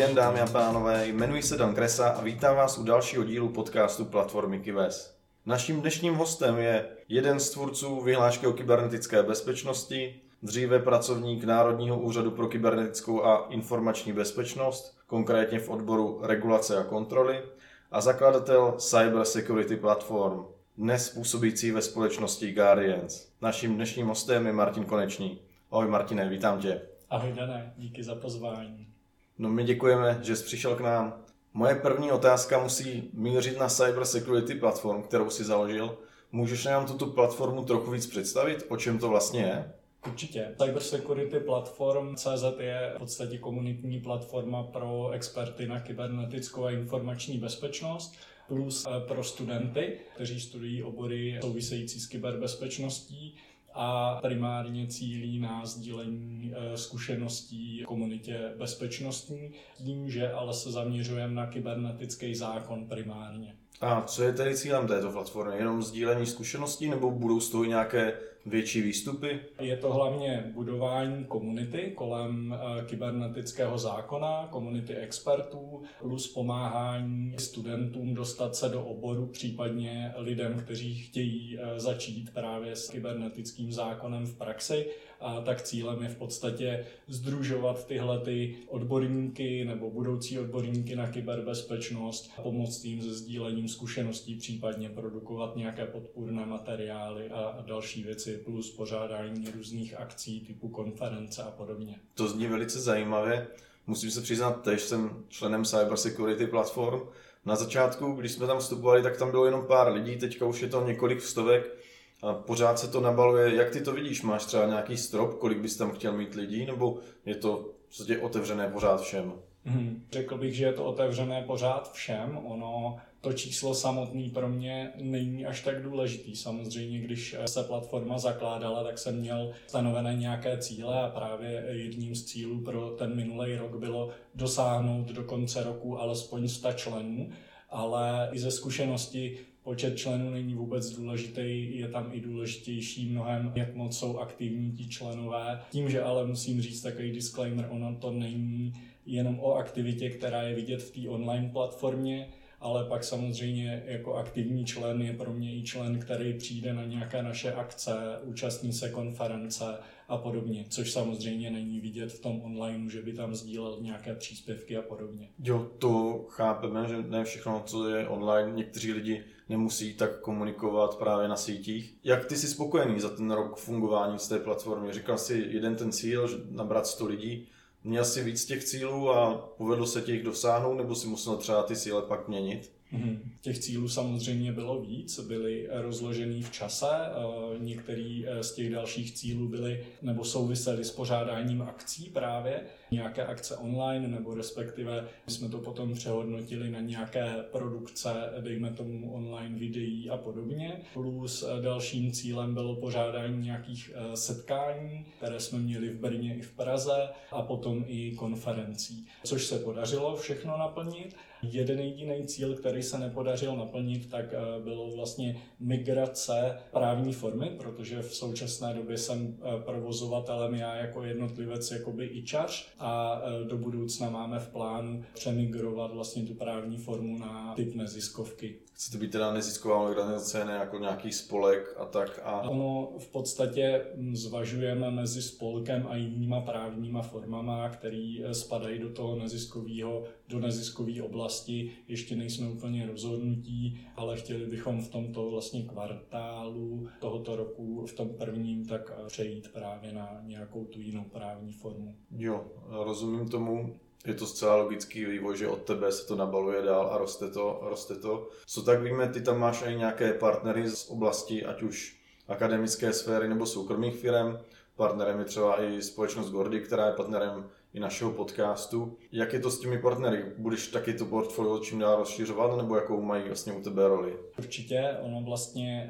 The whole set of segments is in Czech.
den, dámy a pánové, jmenuji se Dan Kresa a vítám vás u dalšího dílu podcastu platformy Kives. Naším dnešním hostem je jeden z tvůrců vyhlášky o kybernetické bezpečnosti, dříve pracovník Národního úřadu pro kybernetickou a informační bezpečnost, konkrétně v odboru regulace a kontroly, a zakladatel Cyber Security Platform, dnes působící ve společnosti Guardians. Naším dnešním hostem je Martin Konečný. Ahoj Martine, vítám tě. Ahoj Dané, díky za pozvání. No, my děkujeme, že jsi přišel k nám. Moje první otázka musí mířit na Cyber Security Platform, kterou si založil. Můžeš nám tuto platformu trochu víc představit? O čem to vlastně je? Určitě. Cyber Security Platform CZ je v podstatě komunitní platforma pro experty na kybernetickou a informační bezpečnost, plus pro studenty, kteří studují obory související s kyberbezpečností, a primárně cílí na sdílení zkušeností v komunitě bezpečnostní, tím, že ale se zaměřujeme na kybernetický zákon primárně. A co je tedy cílem této platformy? Jenom sdílení zkušeností nebo budou z toho nějaké větší výstupy? Je to hlavně budování komunity kolem kybernetického zákona, komunity expertů, plus pomáhání studentům dostat se do oboru, případně lidem, kteří chtějí začít právě s kybernetickým zákonem v praxi. A tak cílem je v podstatě sdružovat tyhle odborníky nebo budoucí odborníky na kyberbezpečnost a pomoct jim se sdílením zkušeností, případně produkovat nějaké podpůrné materiály a další věci, plus pořádání různých akcí typu konference a podobně. To zní velice zajímavě. Musím se přiznat, že jsem členem Cyber Security Platform. Na začátku, když jsme tam vstupovali, tak tam bylo jenom pár lidí, teďka už je to několik stovek. A pořád se to nabaluje. Jak ty to vidíš? Máš třeba nějaký strop, kolik bys tam chtěl mít lidí, nebo je to prostě otevřené pořád všem? Řekl bych, že je to otevřené pořád všem. Ono, to číslo samotné pro mě není až tak důležitý. Samozřejmě, když se platforma zakládala, tak jsem měl stanovené nějaké cíle a právě jedním z cílů pro ten minulý rok bylo dosáhnout do konce roku alespoň 100 členů, ale i ze zkušenosti počet členů není vůbec důležitý, je tam i důležitější mnohem, jak moc jsou aktivní ti členové. Tím, že ale musím říct takový disclaimer, ono to není jenom o aktivitě, která je vidět v té online platformě, ale pak samozřejmě jako aktivní člen je pro mě i člen, který přijde na nějaké naše akce, účastní se konference a podobně, což samozřejmě není vidět v tom online, že by tam sdílel nějaké příspěvky a podobně. Jo, to chápeme, že ne všechno, co je online, někteří lidi nemusí tak komunikovat právě na sítích. Jak ty jsi spokojený za ten rok fungování z té platformy? Říkal jsi jeden ten cíl, že nabrat 100 lidí. Měl jsi víc těch cílů a povedlo se těch dosáhnout, nebo si musel třeba ty cíle pak měnit? Těch cílů samozřejmě bylo víc, byly rozložený v čase, některý z těch dalších cílů byly nebo souvisely s pořádáním akcí právě, nějaké akce online, nebo respektive jsme to potom přehodnotili na nějaké produkce, dejme tomu online videí a podobně. Plus dalším cílem bylo pořádání nějakých setkání, které jsme měli v Brně i v Praze a potom i konferencí, což se podařilo všechno naplnit. Jeden jediný cíl, který se nepodařil naplnit, tak bylo vlastně migrace právní formy, protože v současné době jsem provozovatelem já jako jednotlivec, jakoby ičař, a do budoucna máme v plánu přemigrovat vlastně tu právní formu na typ neziskovky. Chcete být teda nezisková organizace, ne jako nějaký spolek a tak? Ono v podstatě zvažujeme mezi spolkem a jinýma právníma formama, který spadají do toho do neziskové oblasti. Ještě nejsme úplně rozhodnutí, ale chtěli bychom v tomto vlastně kvartálu tohoto roku, v tom prvním, tak přejít právě na nějakou tu jinou právní formu. Jo, rozumím tomu. Je to zcela logický vývoj, že od tebe se to nabaluje dál a roste to. Co tak víme, ty tam máš i nějaké partnery z oblasti, ať už akademické sféry nebo soukromých firem. Partnerem je třeba i společnost Gordy, která je partnerem i našeho podcastu. Jak je to s těmi partnery? Budeš taky to portfolio čím dál rozšiřovat, nebo jakou mají vlastně u tebe roli? Určitě, ono vlastně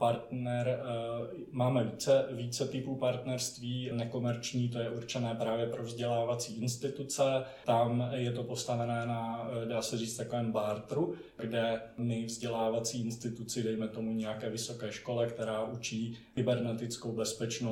máme více typů partnerství. Nekomerční, to je určené právě pro vzdělávací instituce. Tam je to postavené na, dá se říct, takovém barteru, kde my vzdělávací instituci, dejme tomu nějaké vysoké škole, která učí kybernetickou bezpečnost,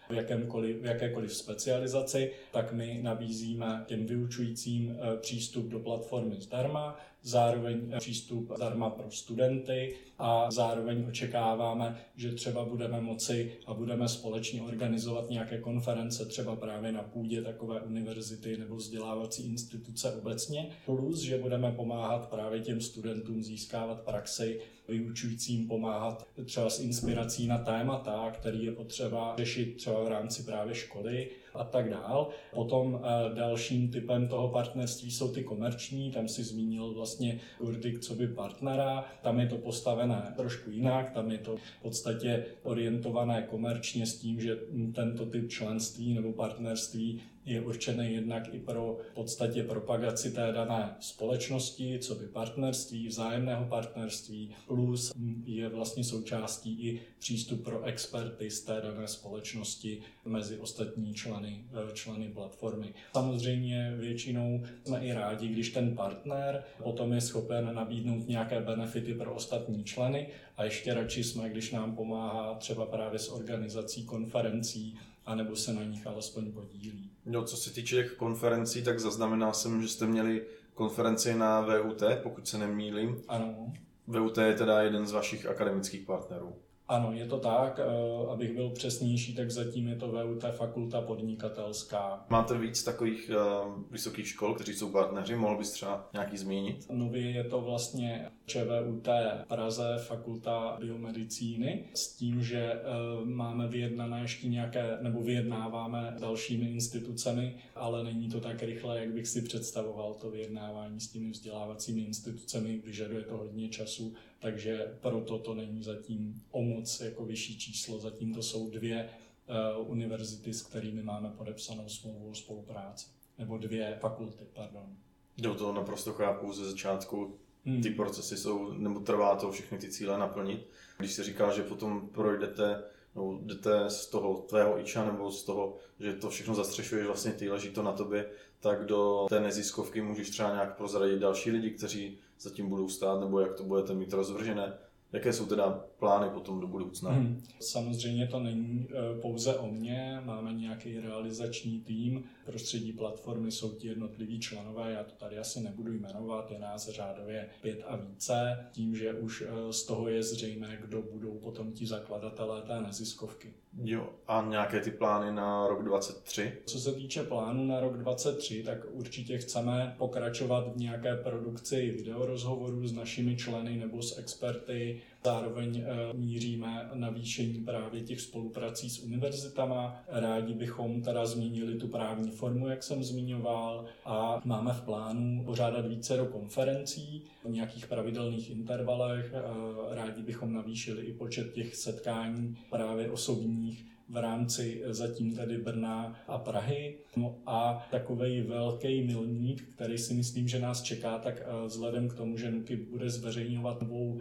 v jakékoliv specializaci, tak my nabízíme těm vyučujícím přístup do platformy zdarma, zároveň přístup zdarma pro studenty a zároveň očekáváme, že třeba budeme moci a budeme společně organizovat nějaké konference třeba právě na půdě takové univerzity nebo vzdělávací instituce obecně, plus, že budeme pomáhat právě těm studentům získávat praxi, vyučujícím pomáhat třeba s inspirací na témata, který je potřeba řešit třeba v rámci právě školy a tak dál. Potom dalším typem toho partnerství jsou ty komerční, tam si zmínil vlastně Urdik co by partnera, tam je to postavené trošku jinak, tam je to v podstatě orientované komerčně s tím, že tento typ členství nebo partnerství je určený jednak i pro v podstatě propagaci té dané společnosti, co by partnerství, vzájemného partnerství, plus je vlastně součástí i přístup pro experty z té dané společnosti mezi ostatní členy platformy. Samozřejmě většinou jsme i rádi, když ten partner potom je schopen nabídnout nějaké benefity pro ostatní členy a ještě radši jsme, když nám pomáhá třeba právě s organizací konferencí, anebo se na nich alespoň podílí. No, co se týče těch konferencí, tak zaznamenal jsem, že jste měli konferenci na VUT, pokud se nemýlím. Ano. VUT je teda jeden z vašich akademických partnerů. Ano, je to tak. Abych byl přesnější, tak zatím je to VUT Fakulta podnikatelská. Máte víc takových vysokých škol, kteří jsou partneři? Mohl bys třeba nějaký zmínit? Nově je to vlastně ČVUT Praze, Fakulta biomedicíny, s tím, že máme vyjednané ještě nějaké, nebo vyjednáváme s dalšími institucemi, ale není to tak rychle, jak bych si představoval. To vyjednávání s těmi vzdělávacími institucemi vyžaduje to hodně času, takže proto to není zatím o moc jako vyšší číslo. Zatím to jsou 2 univerzity, s kterými máme podepsanou smlouvu o spolupráci. Nebo 2 fakulty, pardon. Jo, to naprosto chápu ze začátku. Ty procesy jsou, nebo trvá to všechny ty cíle naplnit. Když si říkal, že potom projdete, no, jdete z toho tvého iča, nebo z toho, že to všechno zastřešuješ, vlastně ty, leží to na tobě, tak do té neziskovky můžeš třeba nějak prozradit další lidi, kteří za tím budou stát, nebo jak to budete mít rozvržené. Jaké jsou teda plány potom do budoucna? Samozřejmě to není pouze o mně, máme nějaký realizační tým, prostředí platformy jsou ti jednotliví členové, já to tady asi nebudu jmenovat, je nás řádově 5 a více, tím, že už z toho je zřejmé, kdo budou potom ti zakladatelé té neziskovky. Jo, a nějaké ty plány na rok 2023? Co se týče plánů na rok 2023, tak určitě chceme pokračovat v nějaké produkci videorozhovorů s našimi členy nebo s experty. Zároveň míříme navýšení právě těch spoluprací s univerzitama. Rádi bychom teda změnili tu právní formu, jak jsem zmiňoval, a máme v plánu pořádat vícero konferencí v nějakých pravidelných intervalech. Rádi bychom navýšili i počet těch setkání právě osobních v rámci zatím tedy Brna a Prahy. No a takovej velký milník, který si myslím, že nás čeká, tak vzhledem k tomu, že NÚKIB bude zveřejňovat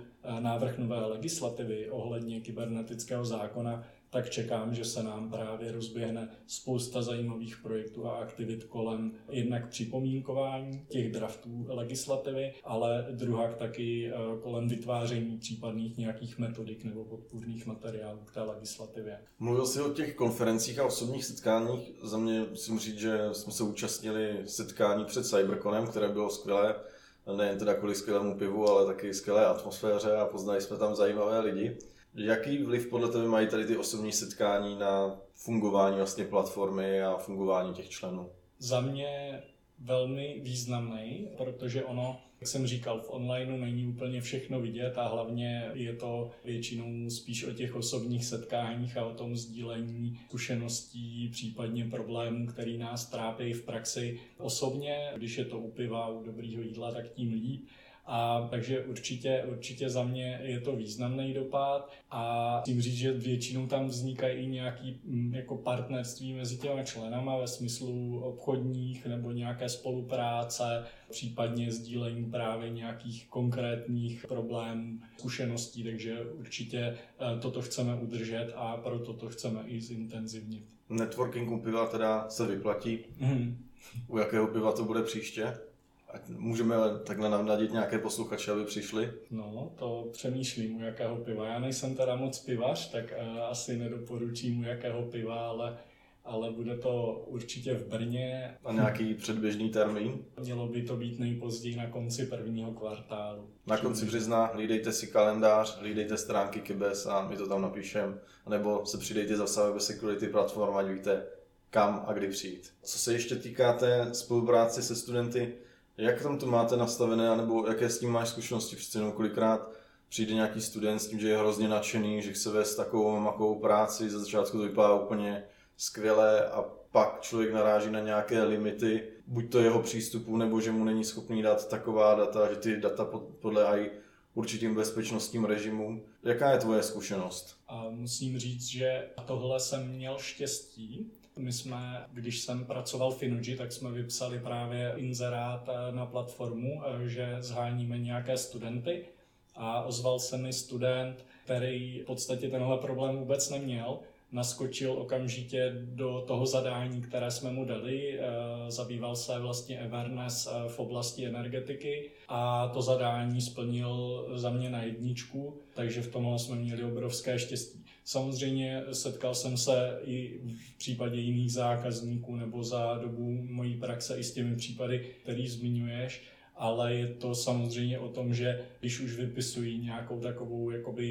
návrh nové legislativy ohledně kybernetického zákona, tak čekám, že se nám právě rozběhne spousta zajímavých projektů a aktivit kolem jednak připomínkování těch draftů legislativy, ale druhak taky kolem vytváření případných nějakých metodik nebo podpůrných materiálů k té legislativě. Mluvil jsi o těch konferencích a osobních setkáních. Za mě musím říct, že jsme se účastnili setkání před CyberConem, které bylo skvělé. Nejen teda kvůli skvělému pivu, ale taky skvělé atmosféře a poznali jsme tam zajímavé lidi. Jaký vliv podle tebe mají tady ty osobní setkání na fungování vlastně platformy a fungování těch členů? Za mě velmi významný, protože ono, jak jsem říkal, v onlineu není úplně všechno vidět a hlavně je to většinou spíš o těch osobních setkáních a o tom sdílení zkušeností, případně problémů, který nás trápí v praxi osobně. Když je to u piva, u dobrýho jídla, tak tím líp. A takže určitě za mě je to významný dopad a musím říct, že většinou tam vznikají i nějaký jako partnerství mezi těma členama ve smyslu obchodních nebo nějaké spolupráce, případně sdílení právě nějakých konkrétních problémů, zkušeností, takže určitě toto chceme udržet a proto to chceme i zintenzivnit. Networking u piva teda se vyplatí. U jakého piva to bude příště? můžeme takhle navnadit nějaké posluchače, aby přišli? No, to přemýšlím, u jakého piva. Já nejsem teda moc pivař, tak asi nedoporučím, u jakého piva, ale bude to určitě v Brně. A nějaký předběžný termín? Mělo by to být nejpozději na konci prvního kvartálu. Na konci března hlídejte si kalendář, hlídejte stránky KIBES a my to tam napíšeme. Nebo se přidejte za Cyber Security platform, ať víte, kam a kdy přijít. Co se ještě týká té spolupráce se studenty, jak tam to máte nastavené, nebo jaké s tím máš zkušenosti? Přece jenom kolikrát přijde nějaký student s tím, že je hrozně nadšený, že chce vést takovou makovou práci, ze začátku to vypadá úplně skvěle a pak člověk naráží na nějaké limity, buď to jeho přístupu, nebo že mu není schopný dát taková data, že ty data podléhají určitým bezpečnostním režimům. Jaká je tvoje zkušenost? A musím říct, že tohle jsem měl štěstí. My jsme, když jsem pracoval v Inuji, tak jsme vypsali právě inzerát na platformu, že zháníme nějaké studenty a ozval se mi student, který v podstatě tenhle problém vůbec neměl. Naskočil okamžitě do toho zadání, které jsme mu dali, zabýval se vlastně awareness v oblasti energetiky a to zadání splnil za mě na 1, takže v tomhle jsme měli obrovské štěstí. Samozřejmě setkal jsem se i v případě jiných zákazníků nebo za dobu mojí praxe i s těmi případy, které zmiňuješ, ale je to samozřejmě o tom, že když už vypisují nějakou takovou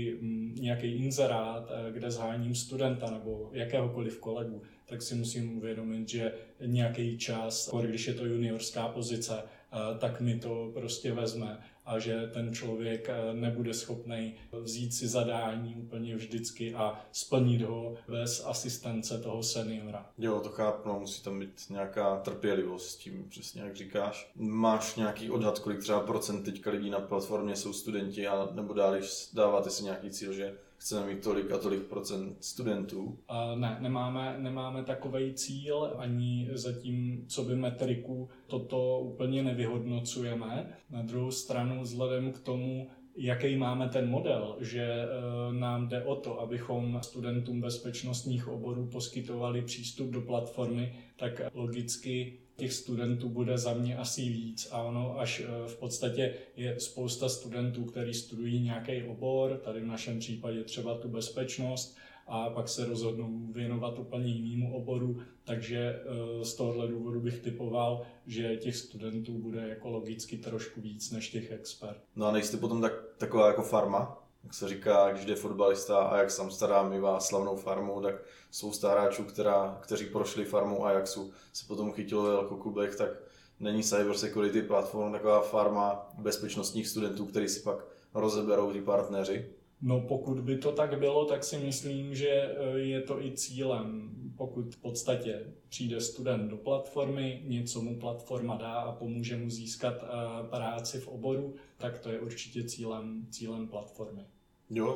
nějaký inzerát, kde zháním studenta nebo jakéhokoliv kolegu, tak si musím uvědomit, že nějaký čas, když je to juniorská pozice, tak mi to prostě vezme a že ten člověk nebude schopný vzít si zadání úplně vždycky a splnit ho bez asistence toho seniora. Jo, to chápu, no, musí tam být nějaká trpělivost s tím, přesně jak říkáš. Máš nějaký odhad, kolik třeba procent teďka lidí na platformě jsou studenti, nebo dáváte si nějaký cíl, že chceme mít tolik a tolik procent studentů? Ne, nemáme takovej cíl, ani zatím, co by metriku, toto úplně nevyhodnocujeme. Na druhou stranu, vzhledem k tomu, jaký máme ten model, že nám jde o to, abychom studentům bezpečnostních oborů poskytovali přístup do platformy, tak logicky těch studentů bude za mě asi víc a ono až v podstatě je spousta studentů, kteří studují nějaký obor, tady v našem případě třeba tu bezpečnost, a pak se rozhodnou věnovat úplně jinému oboru, takže z tohohle důvodu bych typoval, že těch studentů bude jako logicky trošku víc než těch expertů. No a nejste potom taková jako farma? Jak se říká, když jde fotbalista a jak Amsterdam mívá slavnou farmu, tak spousta hráčů, kteří prošli farmu Ajaxu, se potom chytilo ve velkoklubech, tak není Cyber Security platform taková farma bezpečnostních studentů, který si pak rozeberou ty partneři? No pokud by to tak bylo, tak si myslím, že je to i cílem. Pokud v podstatě přijde student do platformy, něco mu platforma dá a pomůže mu získat práci v oboru, tak to je určitě cílem platformy. Jo,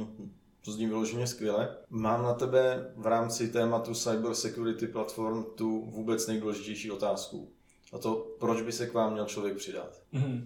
to zní vyloženě skvěle. Mám na tebe v rámci tématu Cyber Security Platform tu vůbec nejdůležitější otázku. A to, proč by se k vám měl člověk přidat?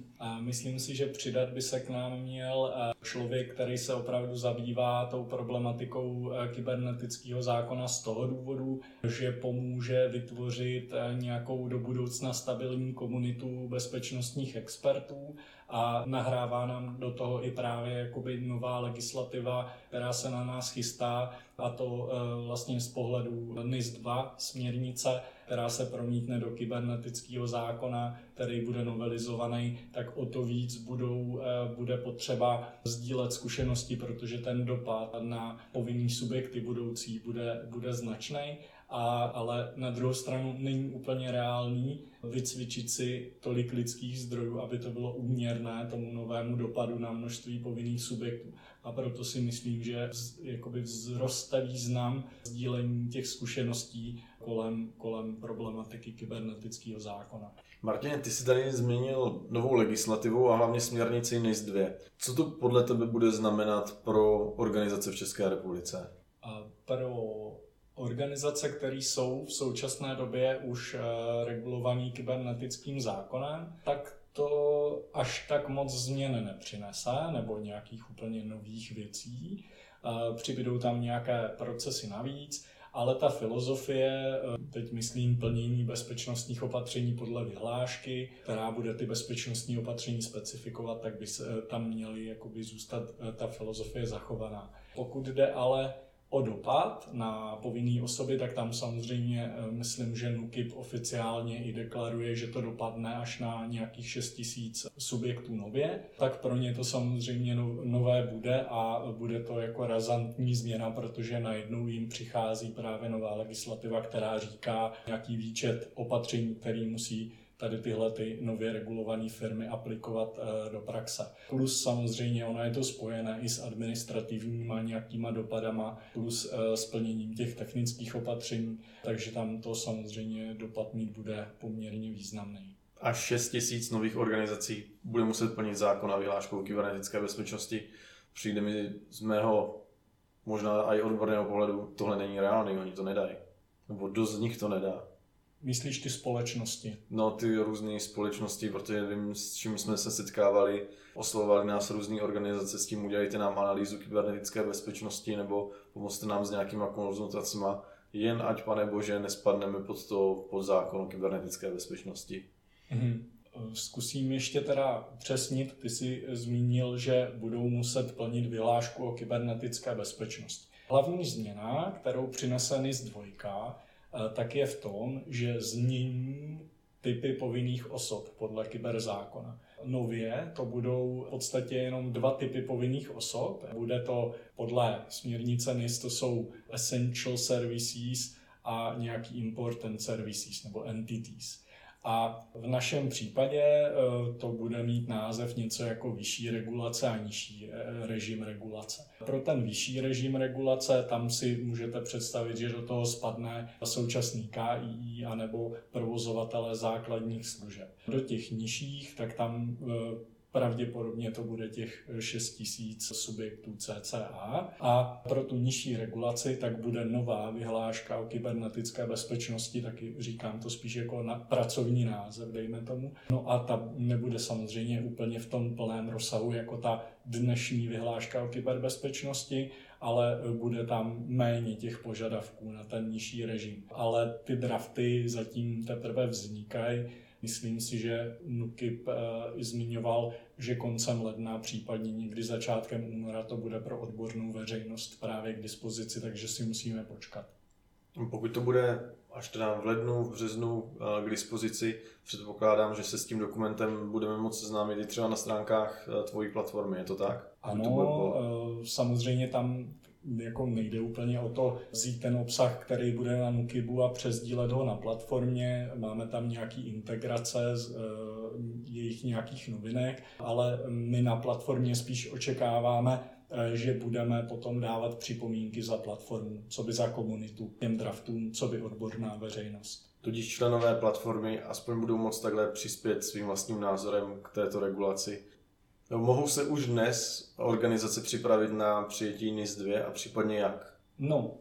A myslím si, že přidat by se k nám měl člověk, který se opravdu zabývá tou problematikou kybernetického zákona z toho důvodu, že pomůže vytvořit nějakou do budoucna stabilní komunitu bezpečnostních expertů a nahrává nám do toho i právě jakoby nová legislativa, která se na nás chystá, a to vlastně z pohledu NIS-2 směrnice, která se promítne do kybernetického zákona, který bude novelizovaný, tak o to víc bude potřeba sdílet zkušenosti, protože ten dopad na povinný subjekty budoucí bude značný. Ale na druhou stranu není úplně reálný vycvičit si tolik lidských zdrojů, aby to bylo úměrné tomu novému dopadu na množství povinných subjektů. A proto si myslím, že jakoby vzroste význam sdílení těch zkušeností kolem problematiky kybernetického zákona. Martine, ty jsi tady zmínil novou legislativu a hlavně směrnici NIS-2. Co to podle tebe bude znamenat pro organizace v České republice? Pro organizace, které jsou v současné době už regulované kybernetickým zákonem, tak to až tak moc změn nepřinese, nebo nějakých úplně nových věcí. Přibydou tam nějaké procesy navíc, ale ta filozofie, teď myslím plnění bezpečnostních opatření podle vyhlášky, která bude ty bezpečnostní opatření specifikovat, tak by tam měly jakoby zůstat ta filozofie zachovaná. Pokud jde ale o dopad na povinné osoby, tak tam samozřejmě myslím, že NÚKIB oficiálně i deklaruje, že to dopadne až na nějakých 6 000 subjektů nově, tak pro ně to samozřejmě nové bude a bude to jako razantní změna, protože najednou jim přichází právě nová legislativa, která říká nějaký výčet opatření, který musí tady tyhle ty nově regulované firmy aplikovat do praxe. Plus samozřejmě ono je to spojené i s administrativníma nějakýma dopadama, plus splněním těch technických opatření, takže tam to samozřejmě dopad mít bude poměrně významný. Až 6 000 nových organizací bude muset plnit zákon a vyhlášku o kybernetické bezpečnosti. Přijde mi z mého možná i odborného pohledu, tohle není reálný, oni to nedají. Nebo dost z nich to nedá. Myslíš ty společnosti? No, ty různé společnosti, protože vím, s čím jsme se setkávali, oslovovali nás různé organizace s tím, udělejte nám analýzu kybernetické bezpečnosti nebo pomozte nám s nějakýma konzultacima, jen ať, pane bože, nespadneme pod zákon o kybernetické bezpečnosti. Zkusím ještě teda přesnit, ty jsi zmínil, že budou muset plnit vyhlášku o kybernetické bezpečnosti. Hlavní změna, kterou přinese NIS2, tak je v tom, že změní typy povinných osob podle kyberzákona. Nově to budou v podstatě jenom 2 typy povinných osob. Bude to podle směrnice NIS, to jsou Essential Services a nějaký Important Services nebo Entities. A v našem případě to bude mít název něco jako vyšší regulace a nižší režim regulace. Pro ten vyšší režim regulace tam si můžete představit, že do toho spadne současný KII anebo provozovatele základních služeb. Do těch nižších, tak tam pravděpodobně to bude těch 6 000 subjektů cca. A pro tu nižší regulaci tak bude nová vyhláška o kybernetické bezpečnosti, taky říkám to spíš jako pracovní název, dejme tomu. No a ta nebude samozřejmě úplně v tom plném rozsahu jako ta dnešní vyhláška o kyberbezpečnosti, ale bude tam méně těch požadavků na ten nižší režim. Ale ty drafty zatím teprve vznikají. Myslím si, že NÚKIB zmiňoval, že koncem ledna, případně někdy začátkem února to bude pro odbornou veřejnost právě k dispozici, takže si musíme počkat. Pokud to bude až teda v lednu, v březnu k dispozici, předpokládám, že se s tím dokumentem budeme moci seznámit i třeba na stránkách tvojí platformy, je to tak? Ano, samozřejmě tam jako nejde úplně o to vzít ten obsah, který bude na NÚKIBu a přesdílet ho na platformě. Máme tam nějaký integrace z jejich nějakých novinek, ale my na platformě spíš očekáváme, že budeme potom dávat připomínky za platformu, co by za komunitu, těm draftům, co by odborná veřejnost. Tudíž členové platformy aspoň budou moct takhle přispět svým vlastním názorem k této regulaci. No, mohou se už dnes organizace připravit na přijetí NIS2 a případně jak? No,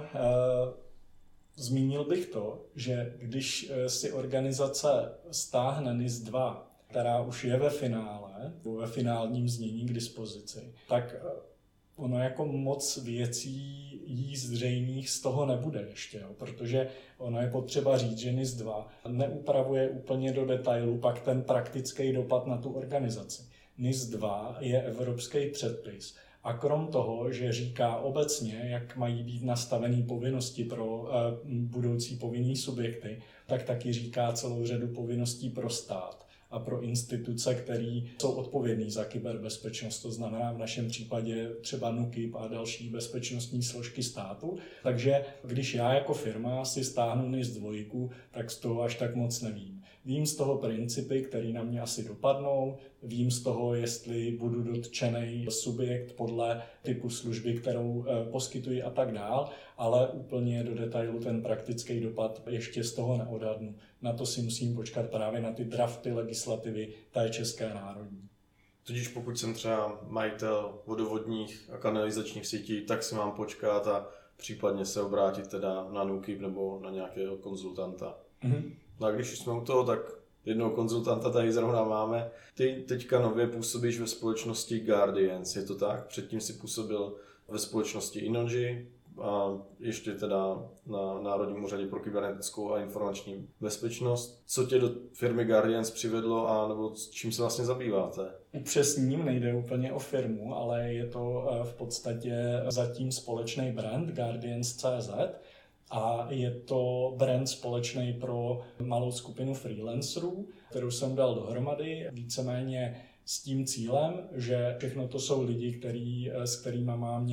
zmínil bych to, že když si organizace stáhne NIS2, která už je ve finále, ve finálním znění k dispozici, tak ono jako moc věcí jí zřejmých z toho nebude ještě, jo? Protože ono je potřeba říct, že NIS2 neupravuje úplně do detailu pak ten praktický dopad na tu organizaci. NIS2 je evropský předpis a krom toho, že říká obecně, jak mají být nastavené povinnosti pro budoucí povinný subjekty, tak taky říká celou řadu povinností pro stát a pro instituce, které jsou odpovědné za kyberbezpečnost, to znamená v našem případě třeba NÚKIB a další bezpečnostní složky státu. Takže když já jako firma si stáhnu NIS2, tak z toho až tak moc nevím. Vím z toho principy, které na mě asi dopadnou, vím z toho, jestli budu dotčený subjekt podle typu služby, kterou poskytuji a tak dál, ale úplně do detailu ten praktický dopad ještě z toho neodhadnu. Na to si musím počkat právě na ty drafty legislativy té české národní. Tudíž pokud jsem třeba majitel vodovodních a kanalizačních sítí, tak si mám počkat a případně se obrátit teda na NÚKIB nebo na nějakého konzultanta. No a když už jsme u toho, tak jednoho konzultanta tady zrovna máme. Ty teďka nově působíš ve společnosti Guardians, je to tak? Předtím si působil ve společnosti Innogy, a ještě teda na Národním úřadě pro kybernetickou a informační bezpečnost. Co tě do firmy Guardians přivedlo a nebo čím se vlastně zabýváte? Upřesním, nejde úplně o firmu, ale je to v podstatě zatím společný brand Guardians.cz a je to brand společný pro malou skupinu freelancerů, kterou jsem dal dohromady víceméně s tím cílem, že všechno to jsou lidi, s kterými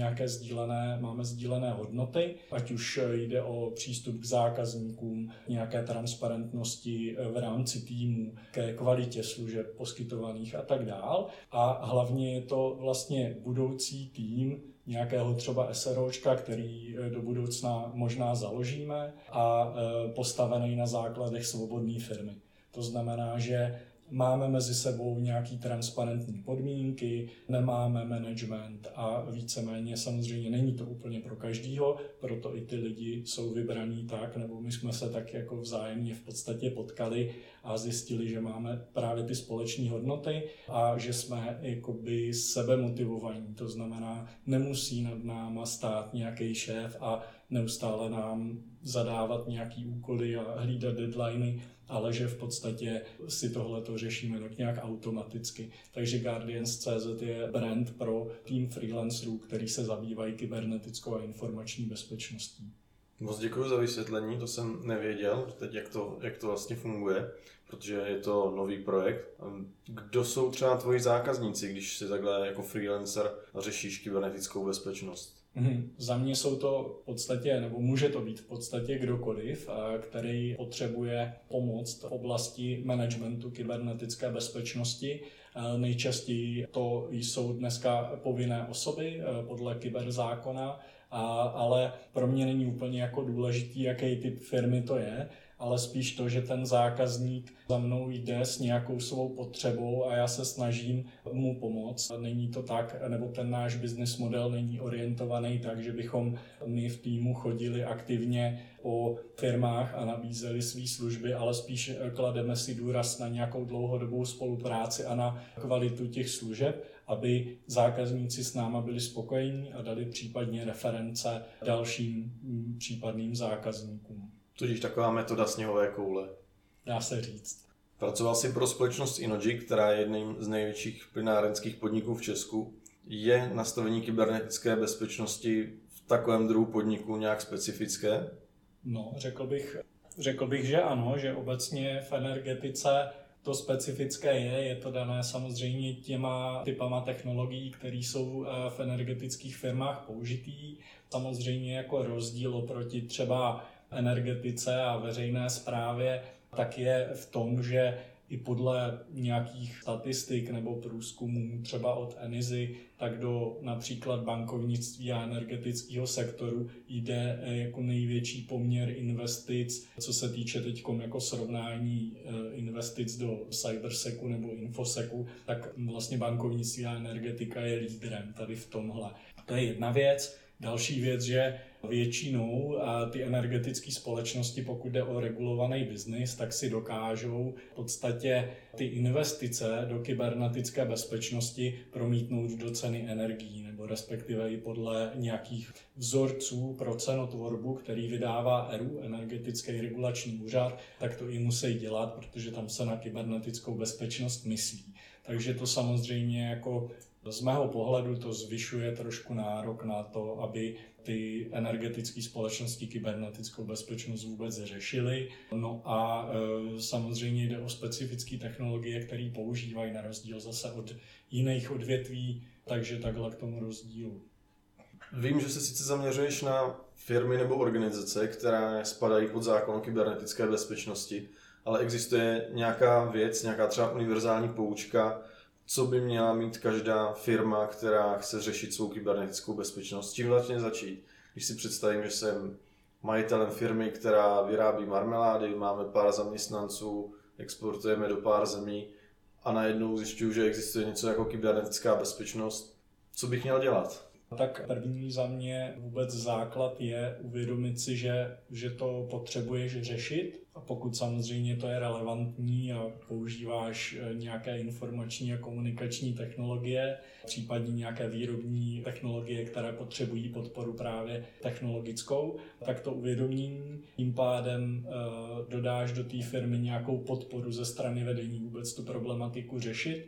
máme sdílené hodnoty, ať už jde o přístup k zákazníkům, nějaké transparentnosti v rámci týmu, ke kvalitě služeb poskytovaných a tak dál. A hlavně je to vlastně budoucí tým nějakého třeba SROčka, který do budoucna možná založíme a postavený na základech svobodné firmy. To znamená, že máme mezi sebou nějaký transparentní podmínky, nemáme management a víceméně samozřejmě není to úplně pro každýho, proto i ty lidi jsou vybraní tak, nebo my jsme se tak jako vzájemně v podstatě potkali a zjistili, že máme právě ty společné hodnoty a že jsme jakoby sebemotivovaní, to znamená, nemusí nad náma stát nějaký šéf a neustále nám zadávat nějaký úkoly a hlídat deadliny, ale že v podstatě si tohleto řešíme tak nějak automaticky. Takže Guardians.cz je brand pro tým freelancerů, který se zabývají kybernetickou a informační bezpečností. Moc děkuji za vysvětlení, to jsem nevěděl teď, jak to vlastně funguje, protože je to nový projekt. Kdo jsou třeba tvoji zákazníci, když si takhle jako freelancer řešíš kybernetickou bezpečnost? Za mě jsou to v podstatě, nebo může to být v podstatě kdokoliv, který potřebuje pomoc v oblasti managementu kybernetické bezpečnosti. Nejčastěji to jsou dneska povinné osoby podle kyberzákona, ale pro mě není úplně jako důležitý, jaký typ firmy to je, ale spíš to, že ten zákazník za mnou jde s nějakou svou potřebou a já se snažím mu pomoct. Není to tak, nebo ten náš business model není orientovaný tak, že bychom my v týmu chodili aktivně po firmách a nabízeli své služby, ale spíš klademe si důraz na nějakou dlouhodobou spolupráci a na kvalitu těch služeb, aby zákazníci s náma byli spokojení a dali případně reference dalším případným zákazníkům. Tudíž taková metoda sněhové koule. Dá se říct. Pracoval jsi pro společnost Innogy, která je jedním z největších plynárenských podniků v Česku. Je nastavení kybernetické bezpečnosti v takovém druhu podniku nějak specifické? No, řekl bych, že ano, že obecně v energetice to specifické je to dané samozřejmě těma typama technologií, které jsou v energetických firmách použitý. Samozřejmě jako rozdíl oproti třeba energetice a veřejné správě, tak je v tom, že i podle nějakých statistik nebo průzkumů třeba od ENISY, tak do například bankovnictví a energetického sektoru jde jako největší poměr investic, co se týče teď jako srovnání investic do cyberseku nebo infoseku, tak vlastně bankovnictví a energetika je lídrem tady v tomhle. To je jedna věc. Další věc, že většinou ty energetické společnosti, pokud jde o regulovaný biznis, tak si dokážou v podstatě ty investice do kybernetické bezpečnosti promítnout do ceny energií, nebo respektive i podle nějakých vzorců pro cenotvorbu, který vydává ERÚ, Energetický regulační úřad, tak to i musí dělat, protože tam se na kybernetickou bezpečnost myslí. Takže to samozřejmě jako z mého pohledu to zvyšuje trošku nárok na to, aby ty energetické společnosti kybernetickou bezpečnost vůbec řešily. No a samozřejmě jde o specifické technologie, které používají na rozdíl zase od jiných odvětví, takže takhle k tomu rozdílu. Vím, že se sice zaměřuješ na firmy nebo organizace, které spadají pod zákon o kybernetické bezpečnosti, ale existuje nějaká věc, nějaká třeba univerzální poučka, co by měla mít každá firma, která chce řešit svou kybernetickou bezpečnost. S čím vlastně začít? Když si představím, že jsem majitelem firmy, která vyrábí marmelády, máme pár zaměstnanců, exportujeme do pár zemí a najednou zjišťuju, že existuje něco jako kybernetická bezpečnost. Co bych měl dělat? Tak první za mě vůbec základ je uvědomit si, že to potřebuješ řešit. A pokud samozřejmě to je relevantní a používáš nějaké informační a komunikační technologie, případně nějaké výrobní technologie, které potřebují podporu právě technologickou, tak to uvědomění tím pádem dodáš do té firmy nějakou podporu ze strany vedení vůbec tu problematiku řešit.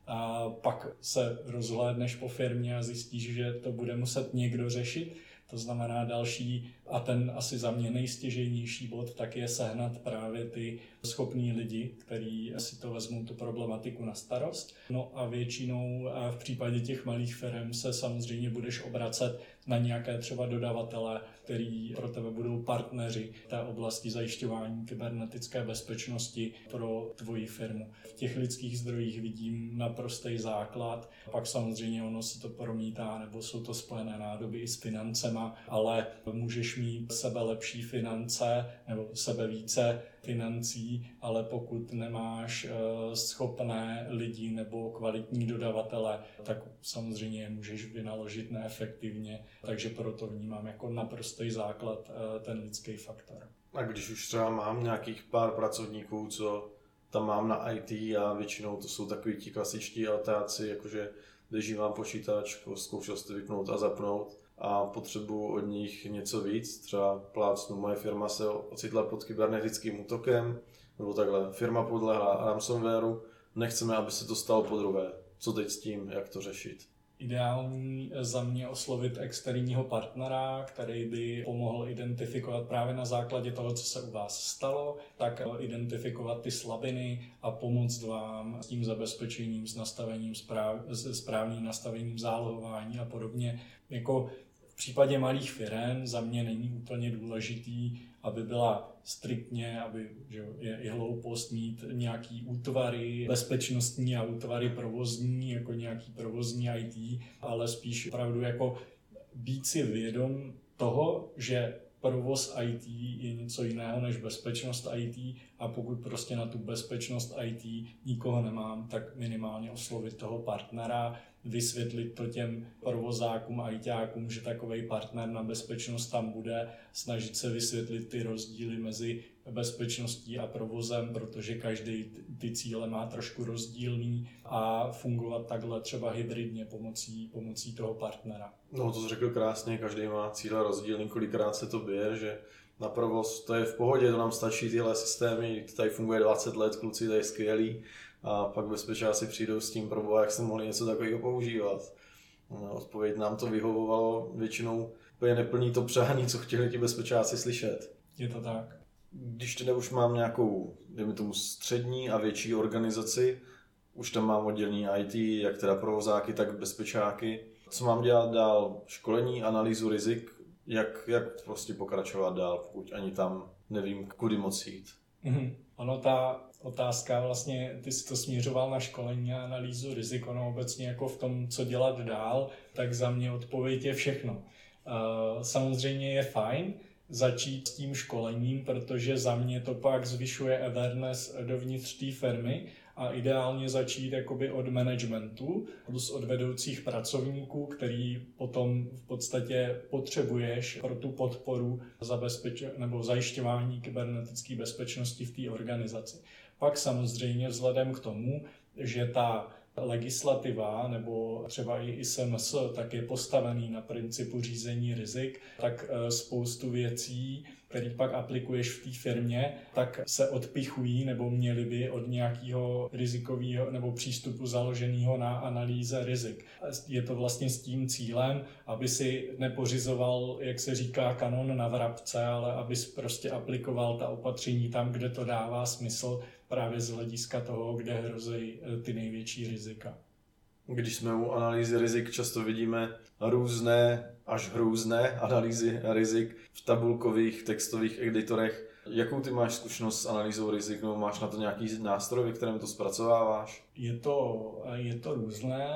A pak se rozhlédneš po firmě a zjistíš, že to bude muset někdo řešit. To znamená další a ten asi za mě nejstěžejnější bod, tak je sehnat právě ty schopní lidi, kteří si to vezmou tu problematiku na starost. No a většinou v případě těch malých firm se samozřejmě budeš obracet na nějaké třeba dodavatele, který pro tebe budou partneři v té oblasti zajišťování kybernetické bezpečnosti pro tvoji firmu. V těch lidských zdrojích vidím naprostý základ, pak samozřejmě ono se to promítá, nebo jsou to spojené nádoby i s financema, ale můžeš mít sebe lepší finance nebo sebe více financí, ale pokud nemáš schopné lidi nebo kvalitní dodavatele, tak samozřejmě je můžeš vynaložit neefektivně, takže proto vnímám jako naprostý základ ten lidský faktor. A když už třeba mám nějakých pár pracovníků, co tam mám na IT a většinou to jsou takový ti klasičtí altáci, jakože držím počítač, zkoušel jste vypnout a zapnout a potřebuji od nich něco víc, třeba plácnu, moje firma se ocitla pod kybernetickým útokem, nebo takhle, firma podlehla ransomwareu, nechceme, aby se to stalo podruhé. Co teď s tím, jak to řešit? Ideální za mě oslovit externího partnera, který by pomohl identifikovat právě na základě toho, co se u vás stalo, tak identifikovat ty slabiny a pomoct vám s tím zabezpečením, s nastavením správným nastavením zálohování a podobně. Jako v případě malých firem za mě není úplně důležitý, aby byla striktně, aby je i hloupost mít nějaký útvary bezpečnostní a útvary provozní, jako nějaký provozní IT, ale spíš opravdu jako být si vědom toho, že provoz IT je něco jiného než bezpečnost IT a pokud prostě na tu bezpečnost IT nikoho nemám, tak minimálně oslovit toho partnera, vysvětlit to těm provozákům, ITákům, že takovej partner na bezpečnost tam bude, snažit se vysvětlit ty rozdíly mezi bezpečností a provozem, protože každý ty cíle má trošku rozdílný a fungovat takhle třeba hybridně pomocí toho partnera. No to jsi řekl krásně, každý má cíle rozdílný, kolikrát se to bije, že na provoz to je v pohodě, to nám stačí tyhle systémy, tady funguje 20 let, kluci, to je skvělý. A pak bezpečáci přijdou s tím, proboha, jak jsme mohli něco takového používat. Odpověď nám to vyhovovalo, většinou úplně neplní to přání, co chtěli ti bezpečáci slyšet. Je to tak. Když teda už mám nějakou, dejme tomu, střední a větší organizaci, už tam mám oddělení IT, jak teda provozáky, tak bezpečáky. Co mám dělat dál? Školení, analýzu rizik, jak prostě pokračovat dál, pokud ani tam nevím, kudy moc jít. Ono ta otázka vlastně, ty jsi to směřoval na školení a analýzu rizik, ono obecně jako v tom, co dělat dál, tak za mě odpověď je všechno. Samozřejmě je fajn začít s tím školením, protože za mě to pak zvyšuje awareness dovnitř té firmy a ideálně začít jakoby od managementu plus od vedoucích pracovníků, který potom v podstatě potřebuješ pro tu podporu nebo zajišťování kybernetické bezpečnosti v té organizaci. Pak samozřejmě vzhledem k tomu, že ta legislativa nebo třeba i SMS tak je postavený na principu řízení rizik, tak spoustu věcí, které pak aplikuješ v té firmě, tak se odpichují nebo měly by od nějakého rizikového nebo přístupu založeného na analýze rizik. Je to vlastně s tím cílem, aby si nepořizoval, jak se říká, kanon na vrabce, ale abys prostě aplikoval ta opatření tam, kde to dává smysl, právě z hlediska toho, kde hrozí ty největší rizika. Když jsme u analýzy rizik, často vidíme různé až hrůzné analýzy rizik v tabulkových textových editorech. Jakou ty máš zkušenost s analýzou rizik, nebo máš na to nějaký nástroj, ve kterém to zpracováváš? Je to různé.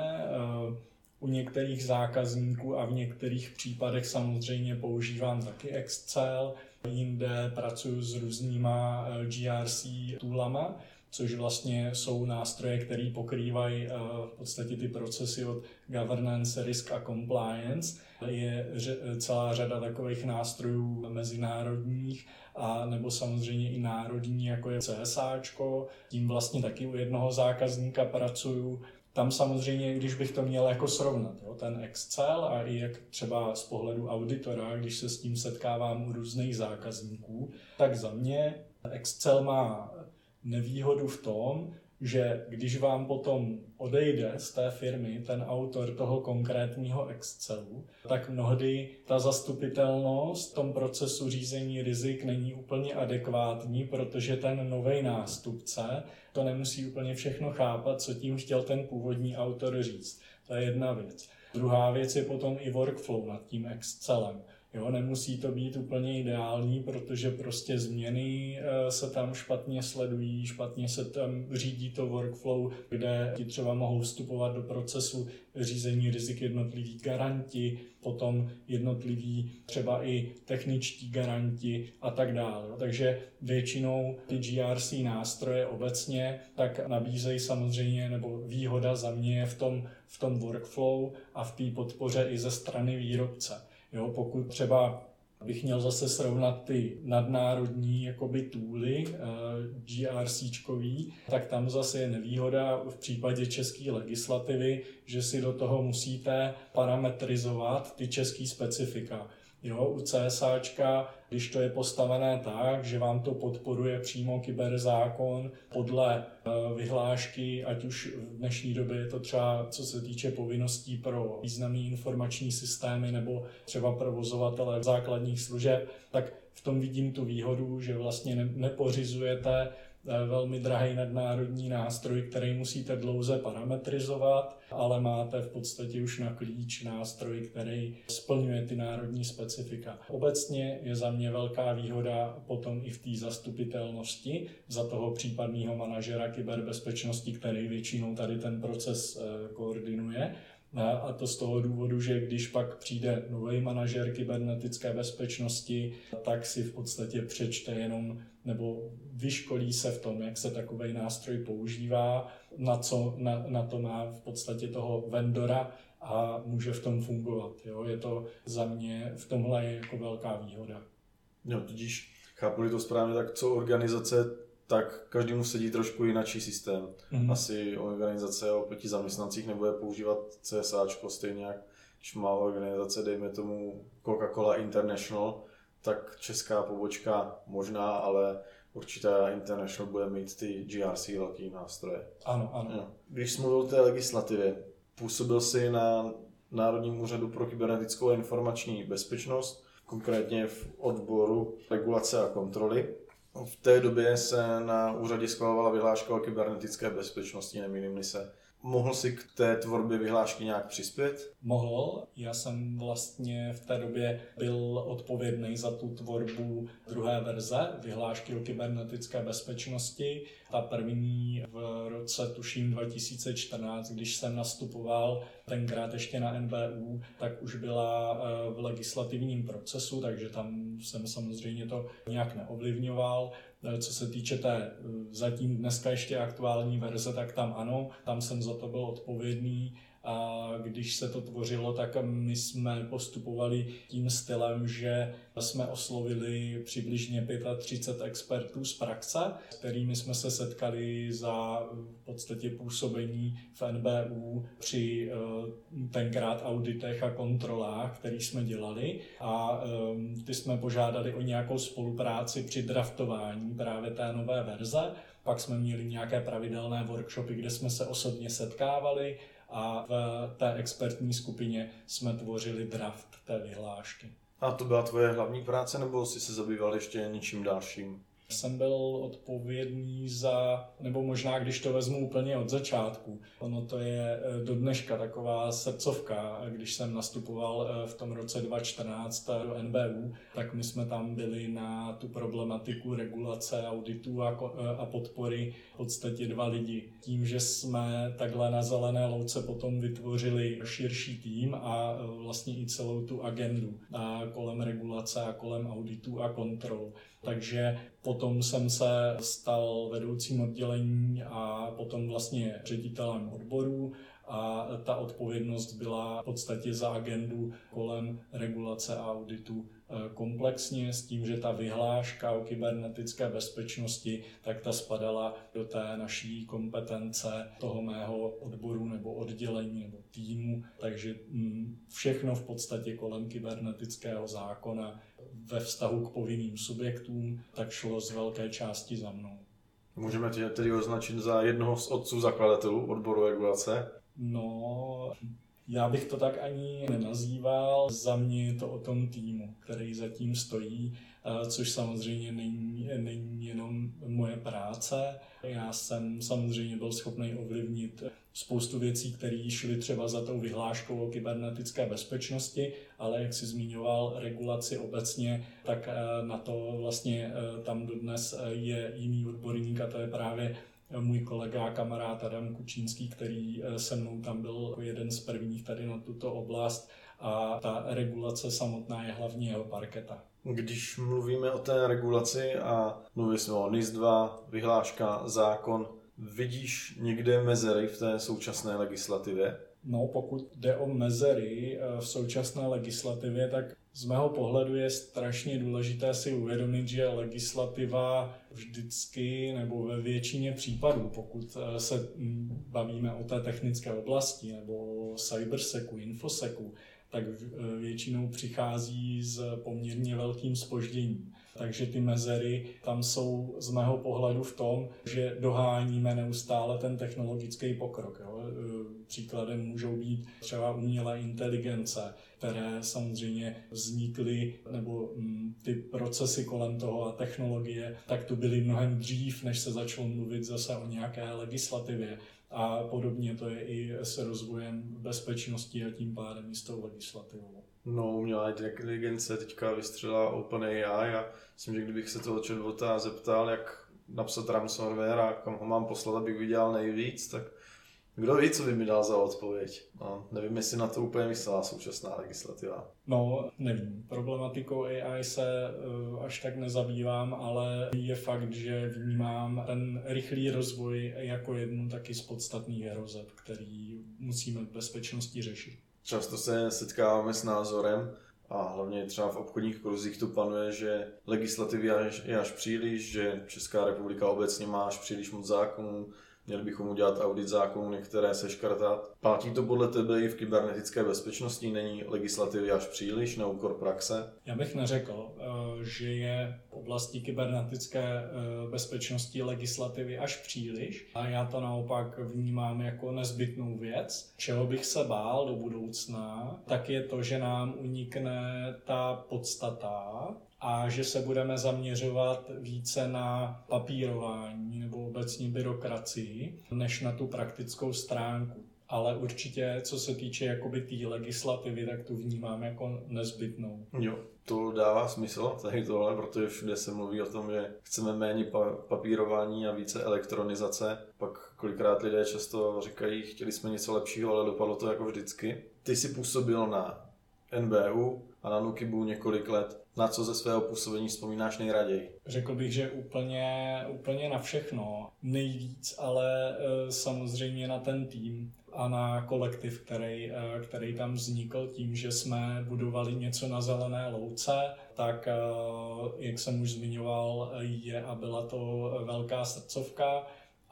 U některých zákazníků a v některých případech samozřejmě používám taky Excel, jinde pracuji s různýma GRC toolama, což vlastně jsou nástroje, které pokrývají v podstatě ty procesy od governance, risk a compliance. Je celá řada takových nástrojů mezinárodních a nebo samozřejmě i národní, jako je CSAčko. Tím vlastně taky u jednoho zákazníka pracuju. Tam samozřejmě, když bych to měl jako srovnat, jo, ten Excel a i jak třeba z pohledu auditora, když se s tím setkávám u různých zákazníků, tak za mě Excel má nevýhodu v tom, že když vám potom odejde z té firmy ten autor toho konkrétního Excelu, tak mnohdy ta zastupitelnost v tom procesu řízení rizik není úplně adekvátní, protože ten nový nástupce to nemusí úplně všechno chápat, co tím chtěl ten původní autor říct. To je jedna věc. Druhá věc je potom i workflow nad tím Excelem. Jo, nemusí to být úplně ideální, protože prostě změny se tam špatně sledují, špatně se tam řídí to workflow, kde ti třeba mohou vstupovat do procesu řízení rizik jednotliví garanti, potom jednotliví třeba i techničtí garanti a tak dále. Takže většinou ty GRC nástroje obecně tak nabízejí samozřejmě, nebo výhoda za mě je v tom workflow a v té podpoře i ze strany výrobce. Jo, pokud třeba bych měl zase srovnat ty nadnárodní jakoby tooly GRCčkový, tak tam zase je nevýhoda v případě české legislativy, že si do toho musíte parametrizovat ty české specifika. Jo, u CSAčka, když to je postavené tak, že vám to podporuje přímo kyberzákon podle vyhlášky, ať už v dnešní době je to třeba co se týče povinností pro významné informační systémy nebo třeba provozovatele základních služeb, tak v tom vidím tu výhodu, že vlastně nepořizujete velmi drahý nadnárodní nástroj, který musíte dlouze parametrizovat, ale máte v podstatě už na klíč nástroj, který splňuje ty národní specifika. Obecně je za mě velká výhoda potom i v té zastupitelnosti za toho případného manažera kyberbezpečnosti, který většinou tady ten proces koordinuje. A to z toho důvodu, že když pak přijde nový manažer kybernetické bezpečnosti, tak si v podstatě přečte jenom nebo vyškolí se v tom, jak se takový nástroj používá, na to má v podstatě toho vendora a může v tom fungovat. Jo? Je to za mě v tomhle je jako velká výhoda. No, tudíž chápu-li to správně, tak co organizace, tak každému sedí trošku jinačí systém. Asi organizace o 5 zaměstnancích nebude používat CSAčko stejně jak když má organizace, dejme tomu Coca-Cola International, tak česká pobočka možná, ale určitá International bude mít ty GRC velký nástroje. Ano, ano. Jo. Když jsme mluvil o té legislativě, působil jsi na Národním úřadu pro kybernetickou a informační bezpečnost, konkrétně v odboru regulace a kontroly. V té době se na úřadě schvalovala vyhláška o kybernetické bezpečnosti, nemýlím-li se. Mohl jsi k té tvorbě vyhlášky nějak přispět? Mohl. Já jsem vlastně v té době byl odpovědný za tu tvorbu druhé verze vyhlášky o kybernetické bezpečnosti. Ta první v roce, tuším 2014, když jsem nastupoval tenkrát ještě na NBÚ, tak už byla v legislativním procesu, takže tam jsem samozřejmě to nějak neovlivňoval. Co se týče té zatím dneska ještě aktuální verze, tak tam ano, tam jsem za to byl odpovědný. A když se to tvořilo, tak my jsme postupovali tím stylem, že jsme oslovili přibližně 35 expertů z praxe, s kterými jsme se setkali za v podstatě působení v NBÚ při tenkrát auditech a kontrolách, které jsme dělali. A ty jsme požádali o nějakou spolupráci při draftování právě té nové verze. Pak jsme měli nějaké pravidelné workshopy, kde jsme se osobně setkávali, a v té expertní skupině jsme tvořili draft té vyhlášky. A to byla tvoje hlavní práce, nebo jsi se zabýval ještě něčím dalším? Jsem byl odpovědný za, nebo možná když to vezmu úplně od začátku, ono to je do dneška taková srdcovka, když jsem nastupoval v tom roce 2014 do NBÚ, tak my jsme tam byli na tu problematiku regulace, auditů a podpory v podstatě 2 lidi. Tím, že jsme takhle na zelené louce potom vytvořili širší tým a vlastně i celou tu agendu kolem regulace a kolem auditů a kontrol. Takže pod Potom jsem se stal vedoucím oddělení a potom vlastně ředitelem odboru a ta odpovědnost byla v podstatě za agendu kolem regulace a auditu komplexně s tím, že ta vyhláška o kybernetické bezpečnosti, tak ta spadala do té naší kompetence toho mého odboru nebo oddělení nebo týmu, takže všechno v podstatě kolem kybernetického zákona ve vztahu k povinným subjektům, tak šlo z velké části za mnou. Můžeme tě tedy označit za jednoho z otců zakladatelů odboru regulace? No, já bych to tak ani nenazýval. Za mě je to o tom týmu, který zatím stojí, což samozřejmě není jenom moje práce. Já jsem samozřejmě byl schopný ovlivnit spoustu věcí, které šly třeba za tou vyhláškou o kybernetické bezpečnosti, ale jak jsi zmiňoval regulaci obecně, tak na to vlastně tam dodnes je jiný odborník a to je právě můj kolega a kamarád Adam Kučínský, který se mnou tam byl jeden z prvních tady na tuto oblast a ta regulace samotná je hlavně jeho parketa. Když mluvíme o té regulaci a mluvili jsme o NIS-2, vyhláška, zákon, vidíš někde mezery v té současné legislativě? No, pokud jde o mezery v současné legislativě, tak z mého pohledu je strašně důležité si uvědomit, že legislativa vždycky nebo ve většině případů, pokud se bavíme o té technické oblasti nebo cybersecu, infosecu, tak většinou přichází s poměrně velkým zpožděním. Takže ty mezery tam jsou z mého pohledu v tom, že doháníme neustále ten technologický pokrok. Jo. Příkladem můžou být třeba umělé inteligence, které samozřejmě vznikly, nebo ty procesy kolem toho a technologie, tak tu byly mnohem dřív, než se začalo mluvit zase o nějaké legislativě. A podobně to je i s rozvojem bezpečnosti a tím pádem i s tou legislativou. No, umělá inteligence teďka vystřelila OpenAI a myslím, že kdybych se toho chatbota zeptal, jak napsat ransomware a kam ho mám poslat, abych vydělal nejvíc, tak kdo ví, co by mi dal za odpověď. No, nevím, jestli na to úplně myslela současná legislativa. No, nevím. Problematikou AI se až tak nezabývám, ale je fakt, že vnímám ten rychlý rozvoj jako jednu taky z podstatných hrozeb, který musíme v bezpečnosti řešit. Často se setkáváme s názorem, a hlavně třeba v obchodních kruzích to panuje, že legislativy je až příliš, že Česká republika obecně má až příliš moc zákonů, měli bychom udělat audit zákonů, některé seškrtat. Platí to podle tebe i v kybernetické bezpečnosti? Není legislativy až příliš na úkor praxe? Já bych neřekl, že je v oblasti kybernetické bezpečnosti legislativy až příliš. A já to naopak vnímám jako nezbytnou věc. Čeho bych se bál do budoucna, tak je to, že nám unikne ta podstata, a že se budeme zaměřovat více na papírování nebo obecně byrokracii, než na tu praktickou stránku. Ale určitě, co se týče jakoby té legislativy, tak tu vnímám jako nezbytnou. Jo, to dává smysl, tady tohle, protože všude se mluví o tom, že chceme méně papírování a více elektronizace. Pak kolikrát lidé často říkají, chtěli jsme něco lepšího, ale dopadlo to jako vždycky. Ty jsi působil na NBÚ a na NÚKIBu několik let. Na co ze svého působení vzpomínáš nejraději? Řekl bych, že úplně na všechno. Nejvíc, ale samozřejmě na ten tým a na kolektiv, který tam vznikl tím, že jsme budovali něco na zelené louce, tak, jak jsem už zmiňoval, je a byla to velká srdcovka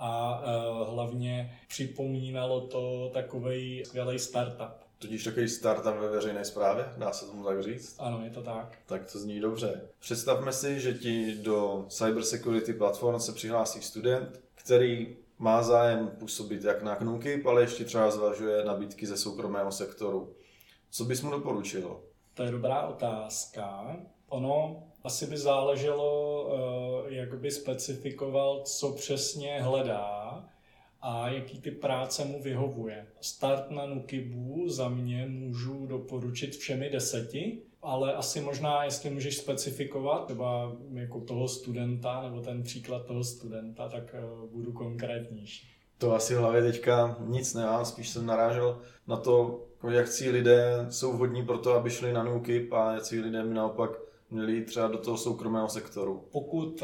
a hlavně připomínalo to takovej skvělý startup. Tudíž takový startup ve veřejné správě, dá se tomu tak říct? Ano, je to tak. Tak to zní dobře. Představme si, že ti do Cybersecurity Platform se přihlásí student, který má zájem působit jak na NÚKIB, ale ještě třeba zvažuje nabídky ze soukromého sektoru. Co bys mu doporučil? To je dobrá otázka. Ono asi by záleželo, jak by specifikoval, co přesně hledá a jaký typ práce mu vyhovuje. Start na NÚKIBu za mě můžu doporučit všemi 10, ale asi možná, jestli můžeš specifikovat třeba jako toho studenta nebo ten příklad toho studenta, tak budu konkrétnější. To asi v hlavě teďka nic nemám, spíš jsem narážel na to, jak lidé jsou vhodní pro to, aby šli na NÚKIB a jací lidé mi naopak měli jít třeba do toho soukromého sektoru? Pokud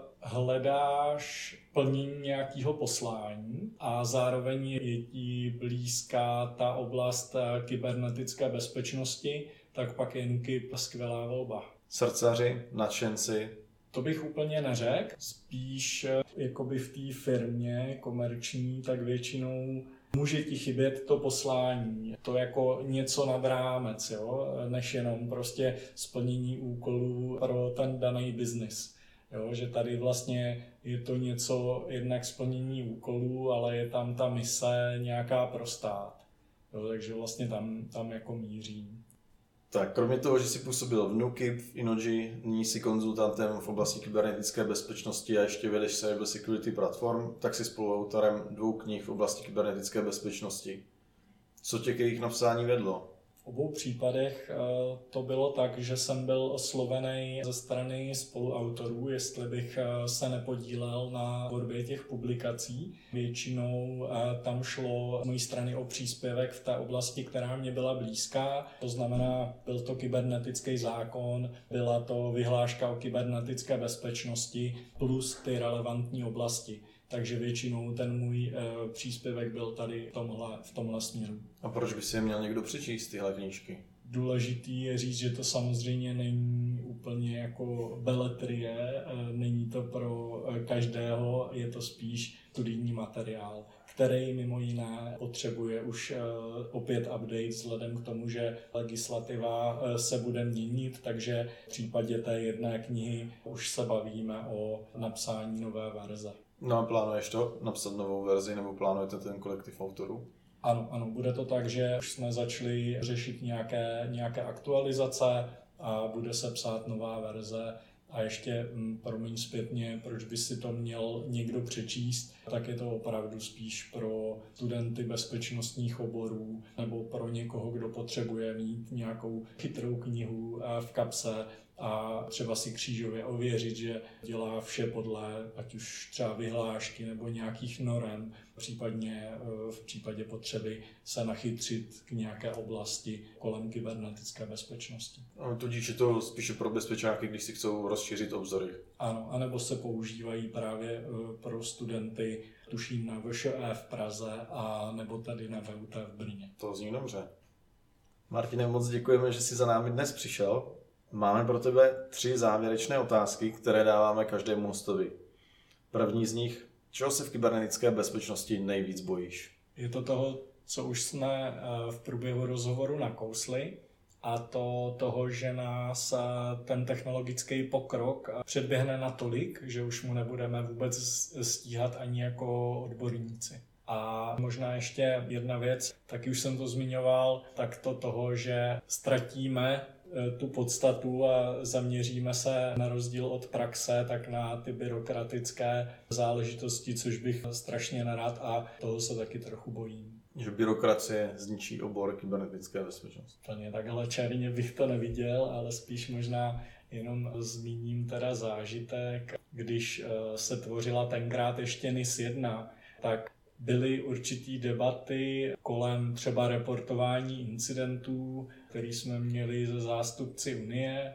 hledáš plnění nějakého poslání a zároveň je ti blízká ta oblast kybernetické bezpečnosti, tak pak je NÚKIB skvělá volba. Srdcaři, nadšenci? To bych úplně neřekl. Spíš jakoby v té firmě komerční, tak většinou může ti chybět to poslání. To jako něco nad rámec, jo? Než jenom prostě splnění úkolů pro ten daný biznis. Jo? Že tady vlastně je to něco jednak splnění úkolů, ale je tam ta mise nějaká pro stát. Jo? Takže vlastně tam jako mířím. Tak kromě toho, že jsi působil v NÚKIB, v Innogy, nyní jsi konzultantem v oblasti kybernetické bezpečnosti a ještě vedeš Cyber Security Platform, tak jsi spoluautorem 2 knih v oblasti kybernetické bezpečnosti. Co tě k jejich napsání vedlo? V obou případech to bylo tak, že jsem byl oslovený ze strany spoluautorů, jestli bych se nepodílel na tvorbě těch publikací. Většinou tam šlo z mojí strany o příspěvek v té oblasti, která mě byla blízká. To znamená, byl to kybernetický zákon, byla to vyhláška o kybernetické bezpečnosti plus ty relevantní oblasti. Takže většinou ten můj příspěvek byl tady v tomhle směru. A proč by si je měl někdo přečíst, tyhle knížky? Důležitý je říct, že to samozřejmě není úplně jako beletrie, není to pro každého, je to spíš studijní materiál, který mimo jiné potřebuje už opět update vzhledem k tomu, že legislativa se bude měnit, takže v případě té jedné knihy už se bavíme o napsání nové verze. No a plánuješ to, napsat novou verzi, nebo plánujete ten kolektiv autorů? Ano, bude to tak, že už jsme začali řešit nějaké aktualizace a bude se psát nová verze. A ještě, promiň zpětně, proč by si to měl někdo přečíst, tak je to opravdu spíš pro studenty bezpečnostních oborů nebo pro někoho, kdo potřebuje mít nějakou chytrou knihu v kapse a třeba si křížově ověřit, že dělá vše podle ať už třeba vyhlášky nebo nějakých norem, případně v případě potřeby se nachytřit k nějaké oblasti kolem kybernetické bezpečnosti. Tudíž je to spíše pro bezpečáky, když si chcou rozšířit obzory. Ano, anebo se používají právě pro studenty, tuším na VŠE v Praze a nebo tady na VUT v Brně. To zní dobře. Martine, moc děkujeme, že jsi za námi dnes přišel. Máme pro tebe 3 závěrečné otázky, které dáváme každému hostovi. První z nich, čeho se v kybernetické bezpečnosti nejvíc bojíš? Je to toho, co už jsme v průběhu rozhovoru nakousli, a to toho, že nás ten technologický pokrok předběhne natolik, že už mu nebudeme vůbec stíhat ani jako odborníci. A možná ještě jedna věc, taky už jsem to zmiňoval, tak to toho, že ztratíme tu podstatu a zaměříme se na rozdíl od praxe, tak na ty byrokratické záležitosti, což bych strašně nerad a toho se taky trochu bojím. Že byrokracie zničí obor kybernetické bezpečnosti. Plně takhle černě bych to neviděl, ale spíš možná jenom zmíním teda zážitek. Když se tvořila tenkrát ještě NIS 1, tak byly určitý debaty kolem třeba reportování incidentů, který jsme měli ze zástupci Unie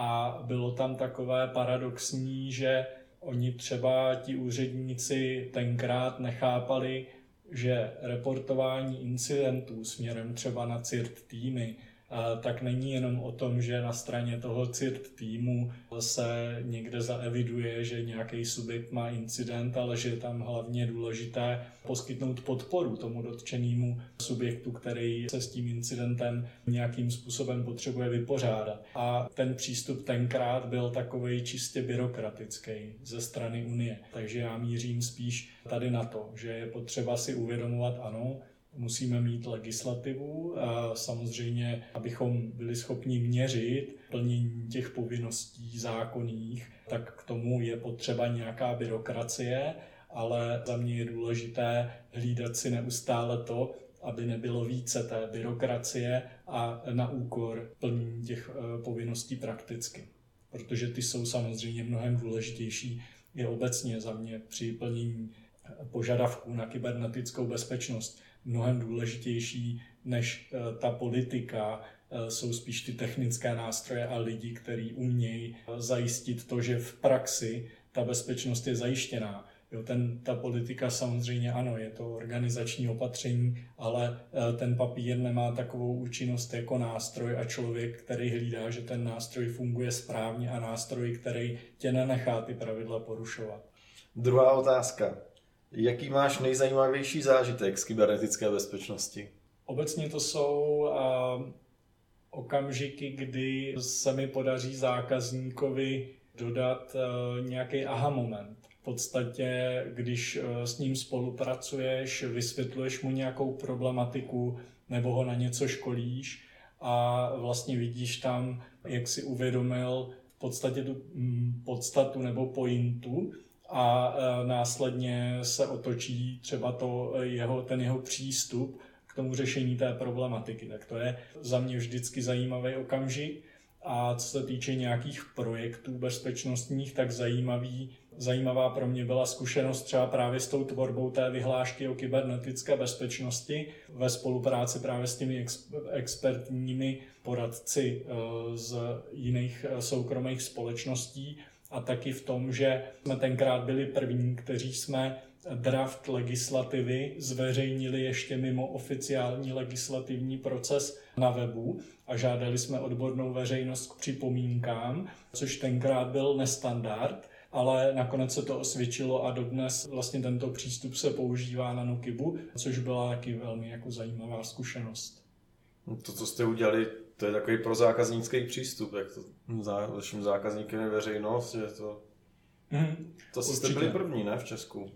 a bylo tam takové paradoxní, že oni třeba ti úředníci tenkrát nechápali, že reportování incidentů směrem třeba na CIRT týmy tak není jenom o tom, že na straně toho CIRT týmu se někde zaeviduje, že nějaký subjekt má incident, ale že je tam hlavně důležité poskytnout podporu tomu dotčenému subjektu, který se s tím incidentem nějakým způsobem potřebuje vypořádat. A ten přístup tenkrát byl takovej čistě byrokratický ze strany Unie. Takže já mířím spíš tady na to, že je potřeba si uvědomovat, ano, musíme mít legislativu a samozřejmě, abychom byli schopni měřit plnění těch povinností zákonných, tak k tomu je potřeba nějaká byrokracie, ale za mě je důležité hlídat si neustále to, aby nebylo více té byrokracie a na úkor plnění těch povinností prakticky. Protože ty jsou samozřejmě mnohem důležitější i obecně za mě při plnění požadavků na kybernetickou bezpečnost, mnohem důležitější než ta politika jsou spíš ty technické nástroje a lidi, kteří umějí zajistit to, že v praxi ta bezpečnost je zajištěná. Jo, ta politika samozřejmě ano, je to organizační opatření, ale ten papír nemá takovou účinnost jako nástroj a člověk, který hlídá, že ten nástroj funguje správně a nástroj, který tě nenechá ty pravidla porušovat. Druhá otázka. Jaký máš nejzajímavější zážitek z kybernetické bezpečnosti? Obecně to jsou okamžiky, kdy se mi podaří zákazníkovi dodat nějaký aha moment. V podstatě, když s ním spolupracuješ, vysvětluješ mu nějakou problematiku nebo ho na něco školíš a vlastně vidíš tam, jak si uvědomil v podstatě tu podstatu nebo pointu a následně se otočí třeba ten jeho přístup k tomu řešení té problematiky. Tak to je za mě vždycky zajímavý okamžik. A co se týče nějakých projektů bezpečnostních, tak zajímavá pro mě byla zkušenost třeba právě s tou tvorbou té vyhlášky o kybernetické bezpečnosti ve spolupráci právě s těmi expertními poradci z jiných soukromých společností a taky v tom, že jsme tenkrát byli první, kteří jsme draft legislativy zveřejnili ještě mimo oficiální legislativní proces na webu a žádali jsme odbornou veřejnost k připomínkám, což tenkrát byl nestandard, ale nakonec se to osvědčilo a dodnes vlastně tento přístup se používá na NÚKIBu, což byla taky velmi jako zajímavá zkušenost. To, co jste udělali, to je takový prozákaznický přístup, jak to vaším zákazníkem je veřejnost, je to... To jste byli první, ne, v Česku?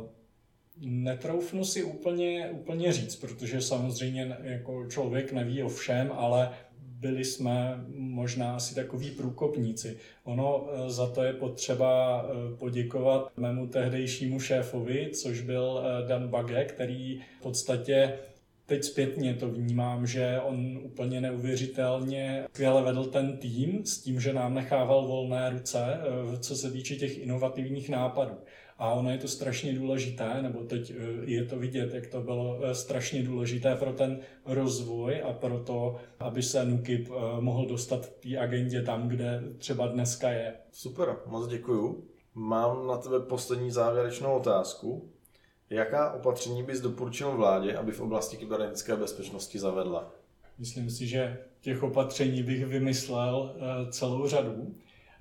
Netroufnu si úplně říct, protože samozřejmě jako člověk neví o všem, ale byli jsme možná asi takoví průkopníci. Ono za to je potřeba poděkovat mému tehdejšímu šéfovi, což byl Dan Bagge, který v podstatě teď zpětně to vnímám, že on úplně neuvěřitelně skvěle vedl ten tým s tím, že nám nechával volné ruce, co se týče těch inovativních nápadů. A ono je to strašně důležité, nebo teď je to vidět, jak to bylo strašně důležité pro ten rozvoj a pro to, aby se NÚKIB mohl dostat v té agendě tam, kde třeba dneska je. Super, moc děkuju. Mám na tebe poslední závěrečnou otázku. Jaká opatření bys doporučil vládě, aby v oblasti kybernetické bezpečnosti zavedla? Myslím si, že těch opatření bych vymyslel celou řadu,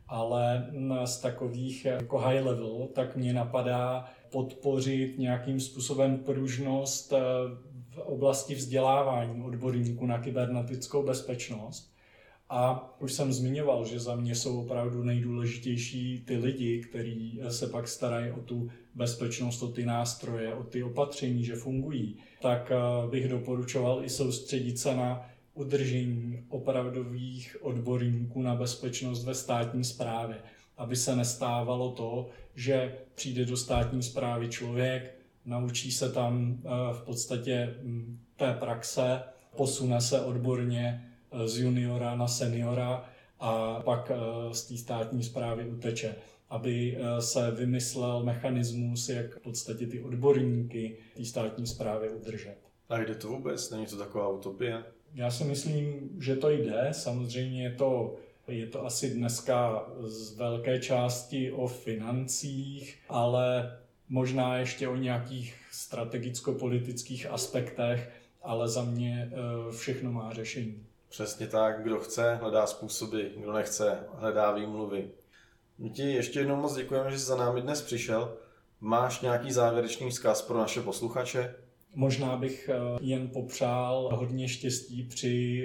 ale z takových jako high level, tak mě napadá podpořit nějakým způsobem pružnost v oblasti vzdělávání odborníků na kybernetickou bezpečnost. A už jsem zmiňoval, že za mě jsou opravdu nejdůležitější ty lidi, kteří se pak starají o tu bezpečnost, o ty nástroje, o ty opatření, že fungují. Tak bych doporučoval i soustředit se na udržení opravdových odborníků na bezpečnost ve státní správě, aby se nestávalo to, že přijde do státní správy člověk, naučí se tam v podstatě té praxe, posune se odborně z juniora na seniora a pak z té státní správy uteče. Aby se vymyslel mechanismus, jak v podstatě ty odborníky té státní správy udržet. A jde to vůbec? Není to taková utopie? Já si myslím, že to jde. Samozřejmě je to asi dneska z velké části o financích, ale možná ještě o nějakých strategicko-politických aspektech, ale za mě všechno má řešení. Přesně tak, kdo chce, hledá způsoby, kdo nechce, hledá výmluvy. My ti ještě jednou moc děkujeme, že jsi za námi dnes přišel. Máš nějaký závěrečný vzkaz pro naše posluchače? Možná bych jen popřál hodně štěstí při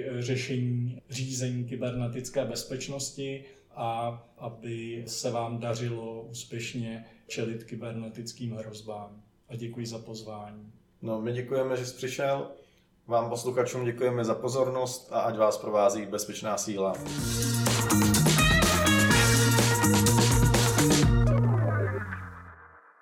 řízení kybernetické bezpečnosti a aby se vám dařilo úspěšně čelit kybernetickým hrozbám. A děkuji za pozvání. No, my děkujeme, že jsi přišel. Vám posluchačům děkujeme za pozornost a ať vás provází bezpečná síla.